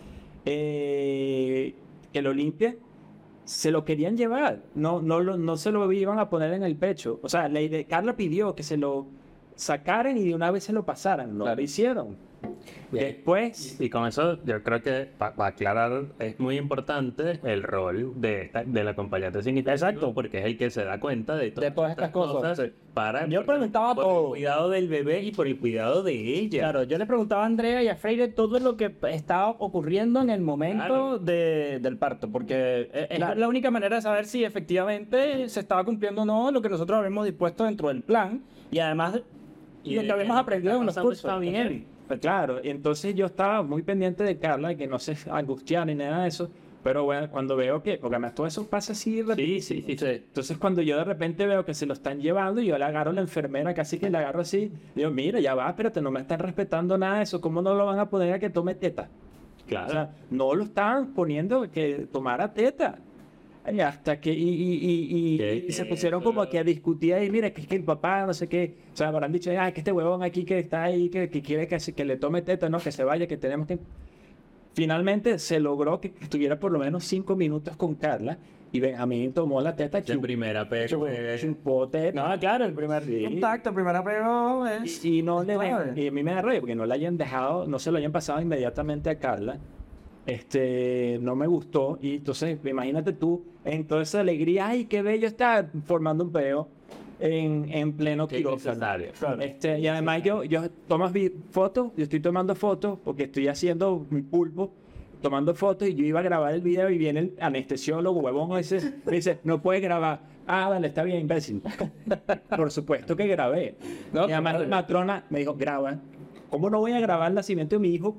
que lo limpie, se lo querían llevar, no se lo iban a poner en el pecho. O sea, Carla pidió que se lo sacaran y de una vez se lo pasaran, no lo hicieron. Después... Y con eso yo creo que para aclarar es muy importante el rol del acompañante significativo. Exacto. Porque es el que se da cuenta de todas estas cosas, sí. Para Yo preguntaba por todo. el cuidado del bebé y por el cuidado de ella. Claro, yo le preguntaba a Andrea y a Freire todo lo que estaba ocurriendo en el momento del parto, porque es la única manera de saber si efectivamente se estaba cumpliendo o no lo que nosotros habíamos dispuesto dentro del plan, y además lo que habíamos aprendido en los cursos. Está bien. Pues claro, y entonces yo estaba muy pendiente de Carla, y que no se angustiara ni nada de eso, pero bueno, cuando veo que, porque además todo eso pasa así Sí. entonces cuando yo de repente veo que se lo están llevando, y yo le agarro a la enfermera, casi que le agarro así, digo, mira, ya va, espérate, no me están respetando nada de eso, ¿cómo no lo van a poner a que tome teta? Claro. O sea, no lo estaban poniendo que tomara teta. Y hasta que y se pusieron como que a discutir ahí, mira, que es que el papá, no sé qué, o sea, habrán dicho, que este huevón aquí que está ahí, que quiere que le tome teta, no, que se vaya, que tenemos que... Finalmente se logró que estuviera por lo menos 5 minutos con Carla, y Benjamín tomó la teta, De primera chupó teta. No, claro, el primer contacto, el primer apego es... Y no le clave. y a mí me da rabia porque no la hayan dejado, no se lo hayan pasado inmediatamente a Carla. No me gustó, y entonces imagínate tú en toda esa alegría, ay, qué bello está, formando un peo en pleno Qué quirófano. innecesario. Y además yo tomas fotos, yo estoy tomando fotos porque estoy haciendo mi pulpo, tomando fotos, y yo iba a grabar el video y viene el anestesiólogo huevón ese, me dice, no puedes grabar. Ah, vale, está bien, imbécil. Por supuesto que grabé. No, y además la matrona me dijo, graba. ¿Cómo no voy a grabar el nacimiento de mi hijo?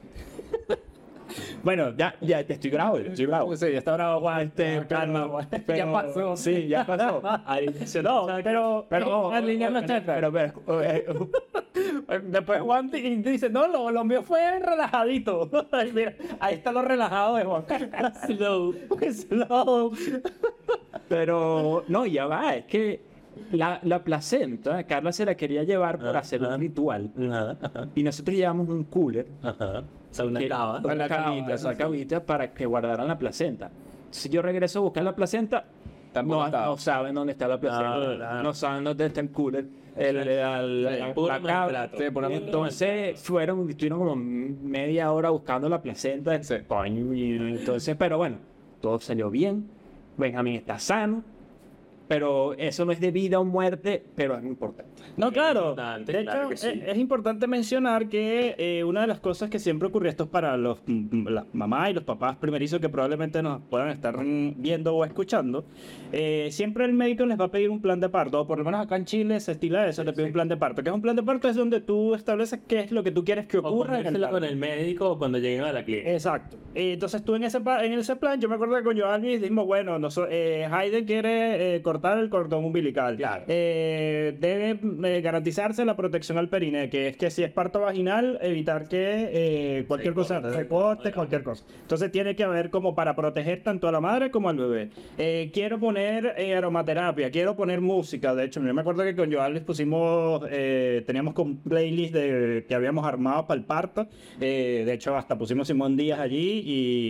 Bueno, ya estoy bravo, Sí, ya está bravo, Juan. Calma, Juan. Ya pasó. Sí, ya pasó. No, pero las líneas no están. Pero, Después Juan dice, no, lo mío fue relajadito. Mira, ahí está lo relajado de Juan. Slow. pero, no, ya va, es que la placenta, Carla se la quería llevar para hacer un ritual. Y nosotros llevamos un cooler. O sea, una cava. Una cavita para que guardaran la placenta. Si yo regreso a buscar la placenta, no saben dónde está la placenta, no saben dónde está el cooler, la cava. Entonces estuvieron como media hora buscando la placenta. Entonces, pero bueno, todo salió bien. Benjamín está sano. Pero eso no es de vida o muerte, pero es importante. No, claro. Importante, De hecho, claro que sí. es importante mencionar que una de las cosas que siempre ocurrió, esto es para las mamás y los papás primerizos que probablemente nos puedan estar viendo o escuchando, siempre el médico les va a pedir un plan de parto, o por lo menos acá en Chile se estila eso, te pide un plan de parto. Que es un plan de parto? Es donde tú estableces qué es lo que tú quieres que ocurra en el parto. con el médico o cuando lleguen a la clínica. Exacto. Entonces tú en ese plan, yo me acuerdo que con Joanny dijimos, bueno, Hayden quiere cortar el cordón umbilical. Claro. Debe garantizarse la protección al perine, que es que si es parto vaginal, evitar que cualquier cosa, recorte, cualquier cosa. Entonces tiene que haber como para proteger tanto a la madre como al bebé. Quiero poner aromaterapia, quiero poner música. De hecho, yo me acuerdo que con Joan les pusimos, teníamos con playlist que habíamos armado para el parto. De hecho, hasta pusimos Simón Díaz allí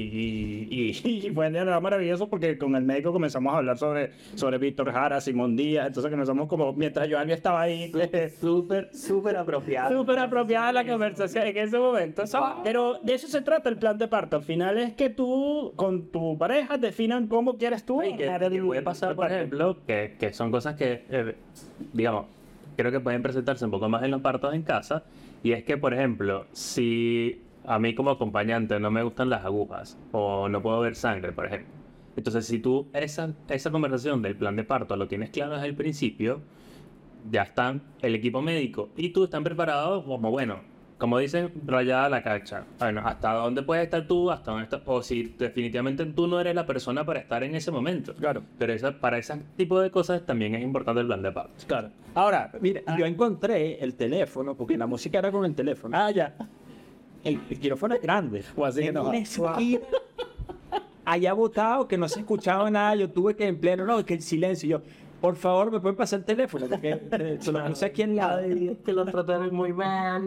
y fue maravilloso porque con el médico comenzamos a hablar sobre Víctor Jara, Simón Díaz. Entonces que nos somos como, mientras Joan estaba ahí, Súper apropiado. súper apropiada la conversación en ese momento. Pero de eso se trata el plan de parto. Al final es que tú con tu pareja definan cómo quieres tú. Y que puede pasar, por ejemplo, que son cosas que, digamos, creo que pueden presentarse un poco más en los partos en casa. Y es que, por ejemplo, si a mí como acompañante no me gustan las agujas o no puedo ver sangre, por ejemplo. Entonces, si tú esa conversación del plan de parto lo tienes claro desde el principio, ya están el equipo médico y tú están preparados como, bueno, como dicen, rayada la cancha. Bueno, ¿hasta dónde puedes estar tú? ¿Hasta dónde estás? O si definitivamente tú no eres la persona para estar en ese momento. Claro. Pero para ese tipo de cosas también es importante el plan de parto. Claro. Ahora, Mira, yo encontré el teléfono, porque la música era con el teléfono. ya. El quirófano es grande. O así que En no. una esquina, allá botado, que no se escuchaba nada. Yo tuve que en pleno, no, que el silencio. Yo, por favor, ¿me pueden pasar el teléfono? Porque no sé quién la... Que lo trataron muy mal.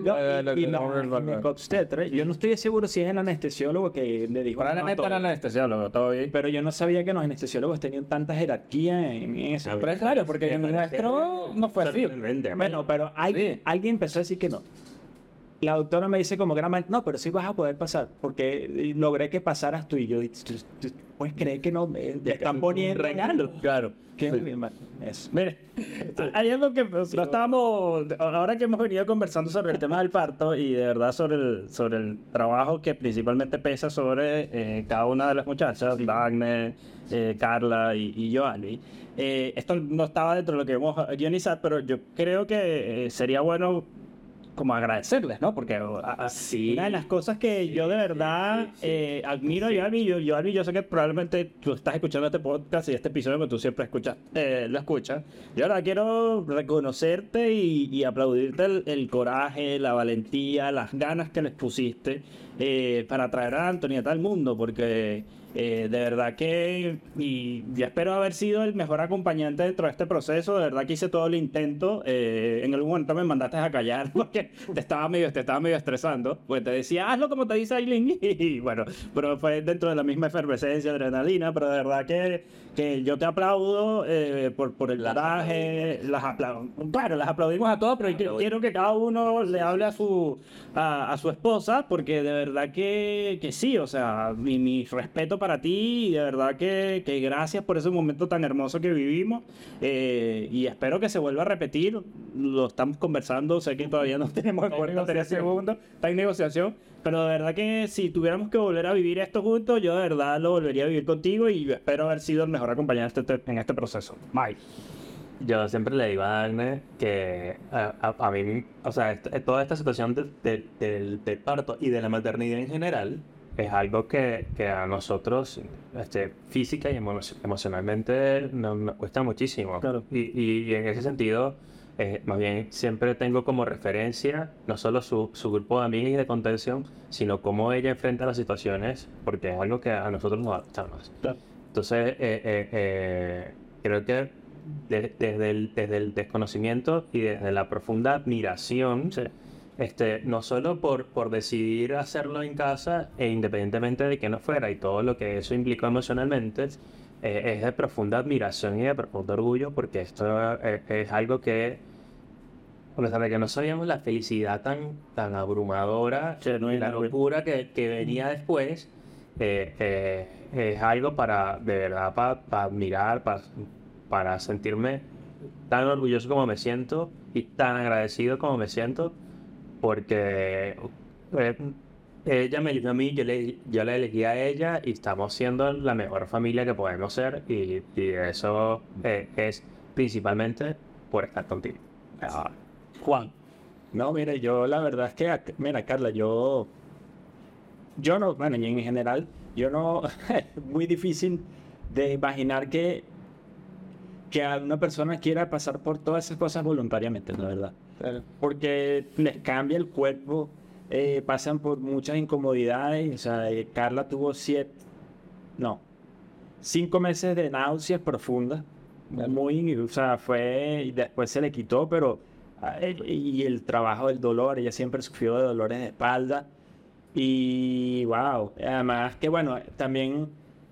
Me contesté, yo no estoy seguro si es el anestesiólogo que le dijo... Probablemente era el anestesiólogo, todo bien. Pero yo no sabía que los anestesiólogos tenían tanta jerarquía en eso. Pero es claro, porque en el nuestro no fue así. Bueno, pero alguien empezó a decir que no. La doctora me dice como gran no, pero sí vas a poder pasar, porque logré que pasaras tú y yo. ¿Tú puedes creer que no? Me están poniendo regalo. Claro. Qué bien, eso. Mire, hay algo que no estábamos, ahora que hemos venido conversando sobre el tema del parto y de verdad sobre el trabajo que principalmente pesa sobre cada una de las muchachas, Wagner, Carla y Joanny. Esto no estaba dentro de lo que íbamos a guionizar, pero yo creo que sería bueno como agradecerles, ¿no? Porque una de las cosas que yo de verdad admiro a Yoalvi, yo sé que probablemente tú estás escuchando este podcast y este episodio que tú siempre escuchas, lo escuchas. Yo ahora quiero reconocerte y aplaudirte el coraje, la valentía, las ganas que les pusiste para traer a Antonieta al mundo, porque de verdad que, y yo espero haber sido el mejor acompañante dentro de este proceso. De verdad que hice todo el intento. En algún momento me mandaste a callar porque te estaba medio estresando, pues te decía hazlo como te dice Aileen, y bueno, pero fue dentro de la misma efervescencia, adrenalina. Pero de verdad que yo te aplaudo por el coraje. Claro, las aplaudimos a todas, pero quiero que cada uno le hable a su esposa, porque de verdad que sí, o sea, mi respeto para ti, y de verdad que gracias por ese momento tan hermoso que vivimos, y espero que se vuelva a repetir. Lo estamos conversando, sé que todavía no tenemos acuerdo en 3 segundos, está en negociación, pero de verdad que si tuviéramos que volver a vivir esto juntos, yo de verdad lo volvería a vivir contigo, y yo espero haber sido el mejor acompañante en este proceso. Mike. Yo siempre le digo a Dagne que a mí, o sea, toda esta situación del parto y de la maternidad en general es algo que a nosotros física y emocionalmente nos cuesta muchísimo. Claro. Y en ese sentido, más bien siempre tengo como referencia no solo su grupo de amigas y de contención, sino cómo ella enfrenta las situaciones, porque es algo que a nosotros nos va a costar más. Claro. Entonces, creo que desde el desconocimiento y desde la profunda admiración, Sí. No solo por decidir hacerlo en casa e independientemente de que no fuera y todo lo que eso implicó emocionalmente, es de profunda admiración y de profundo orgullo, porque esto es algo que, a pesar de que no sabíamos la felicidad tan abrumadora, la locura que venía después, es algo para, de verdad, para admirar, para sentirme tan orgulloso como me siento y tan agradecido como me siento, porque ella me eligió a mí, yo la elegí a ella, y estamos siendo la mejor familia que podemos ser, y eso es principalmente por estar contigo. Juan. No, mira, yo la verdad es que, mira, Carla, yo no, bueno, y en general, yo no, es muy difícil de imaginar que una persona quiera pasar por todas esas cosas voluntariamente, la verdad. Porque les cambia el cuerpo, pasan por muchas incomodidades. O sea, Carla tuvo 5 meses de náuseas profundas, o sea, y después se le quitó, pero y el trabajo del dolor, ella siempre sufrió de dolores de espalda, y wow, además que bueno, también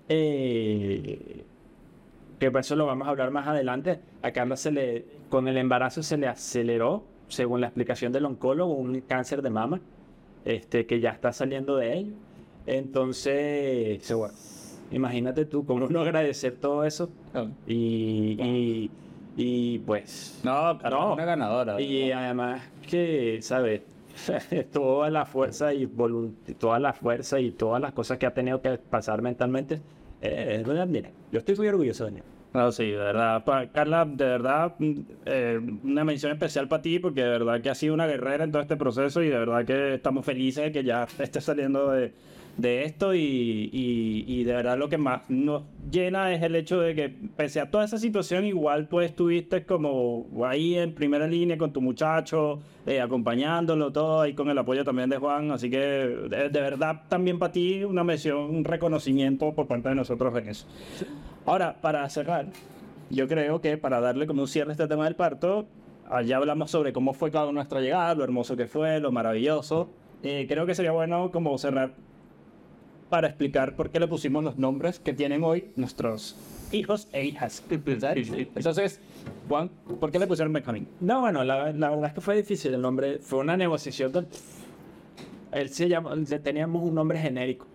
que por eso lo vamos a hablar más adelante, a Carla con el embarazo se le aceleró, según la explicación del oncólogo, un cáncer de mama, que ya está saliendo de él. Entonces, bueno, imagínate tú, cómo uno agradecer todo eso, y pues... No, una ganadora. Y además que, ¿sabes? Toda la fuerza y toda la fuerza y todas las cosas que ha tenido que pasar mentalmente, mira, yo estoy muy orgulloso de ella. No, sí, de verdad, Carla, de verdad, una mención especial para ti, porque de verdad que has sido una guerrera en todo este proceso, y de verdad que estamos felices de que ya estés saliendo de esto, y de verdad lo que más nos llena es el hecho de que pese a toda esa situación, igual tú estuviste como ahí en primera línea con tu muchacho, acompañándolo todo, y con el apoyo también de Juan. Así que de verdad también para ti una mención, un reconocimiento por parte de nosotros en eso. Ahora, para cerrar, yo creo que para darle como un cierre a este tema del parto, allá hablamos sobre cómo fue cada nuestra llegada, lo hermoso que fue, lo maravilloso. Creo que sería bueno como cerrar para explicar por qué le pusimos los nombres que tienen hoy nuestros hijos e hijas. Entonces, Juan, ¿por qué le pusieron Benjamín? No, bueno, la verdad es que fue difícil el nombre. Fue una negociación. Él se llama, teníamos un nombre genérico.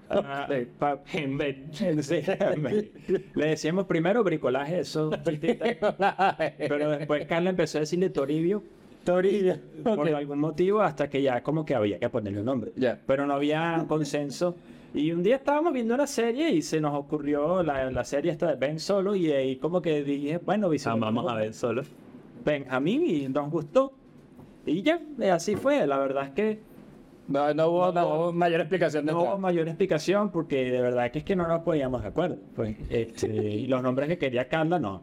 Le decíamos primero bricolaje, eso. Pero después Carla empezó a decirle Toribio. Por algún motivo, hasta que ya como que había que ponerle un nombre. Pero no había consenso. Y un día estábamos viendo una serie y se nos ocurrió la serie esta de Ben Solo. Y ahí como que dije, bueno, vamos a Ben Solo. Benjamín, y nos gustó. Y ya, así fue. La verdad es que no hubo mayor explicación. No hubo mayor explicación porque de verdad que es que no nos poníamos de acuerdo. Pues, y los nombres que quería Carla, no.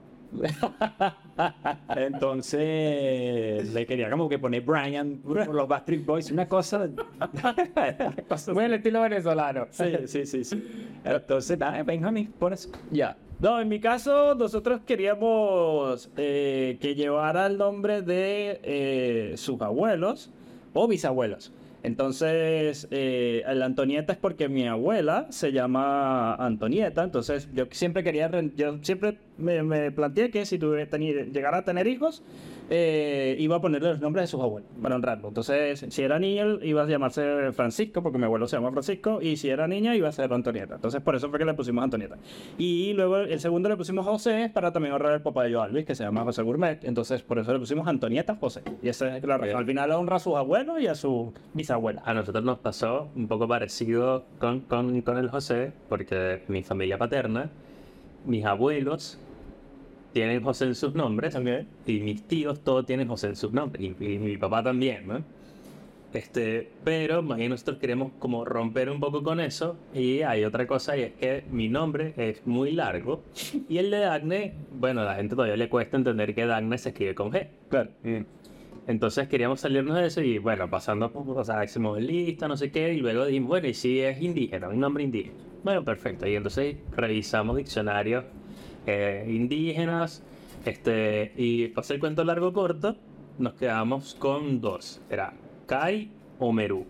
Entonces le quería como que poner Brian por los Backstreet Boys, una cosa muy el estilo venezolano. Sí. Entonces nada, Benjamín, por eso. Ya. No, en mi caso nosotros queríamos que llevara el nombre de sus abuelos o bisabuelos. Entonces, la Antonieta es porque mi abuela se llama Antonieta. Entonces, yo siempre me planteé que si llegara a tener hijos, iba a ponerle los nombres de sus abuelos para honrarlo. Entonces, si era niño, iba a llamarse Francisco, porque mi abuelo se llama Francisco, y si era niña, iba a ser Antonieta. Entonces, por eso fue que le pusimos Antonieta. Y luego, el segundo le pusimos José, para también honrar al papá de Joao Luis, que se llama José Gourmet. Entonces, por eso le pusimos Antonieta José. Y esa es la razón. Al final honra a sus abuelos y a sus bisabuelas. A nosotros nos pasó un poco parecido con el José, porque mi familia paterna, mis abuelos tienen José en sus nombres, y mis tíos todos tienen José en sus nombres, y mi papá también, ¿no? Pero más bien nosotros queremos como romper un poco con eso, y hay otra cosa, y es que mi nombre es muy largo, y el de Dagne, bueno, a la gente todavía le cuesta entender que Dagne se escribe con G. Claro. Entonces queríamos salirnos de eso y bueno, pasando, o sea, hicimos lista, no sé qué, y luego dijimos, bueno, ¿y si es indígena, un nombre indígena? Bueno, perfecto, y entonces revisamos diccionarios indígenas, y para hacer el cuento largo o corto, nos quedamos con dos, era Kai o Merú.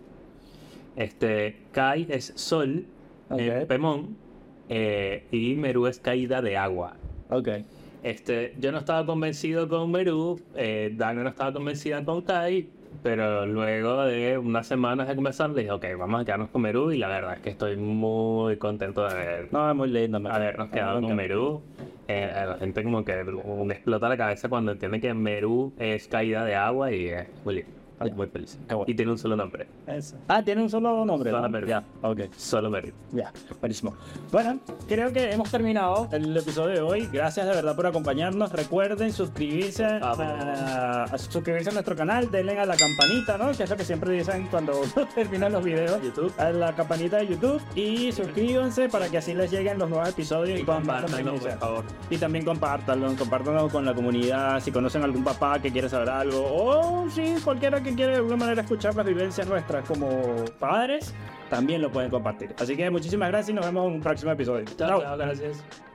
Kai es sol, Pemón, y Merú es caída de agua. Yo no estaba convencido con Merú, Dana no estaba convencida con Kai, pero luego de unas semanas de conversar le dije, ok, vamos a quedarnos con Merú, y la verdad es que estoy muy contento de No, es muy lindo. habernos quedado con Merú. A la gente como que le explota la cabeza cuando entiende que Merú es caída de agua y es muy lindo. Muy feliz. Y tiene un solo nombre. Eso. Tiene un solo nombre. Solo Merú. Ya, Solo Merú. Ya, buenísimo. Bueno, creo que hemos terminado el episodio de hoy. Gracias de verdad por acompañarnos. Recuerden suscribirse a nuestro canal. Denle a la campanita, ¿no? Que es lo que siempre dicen cuando terminan los videos. YouTube. A la campanita de YouTube. Y suscríbanse para que así les lleguen los nuevos episodios. Y compártanlo, por favor. Y también compártanlo con la comunidad. Si conocen a algún papá que quiere saber algo. O si cualquiera que quiere de alguna manera escuchar las vivencias nuestras como padres, también lo pueden compartir. Así que muchísimas gracias y nos vemos en un próximo episodio. Chao, gracias.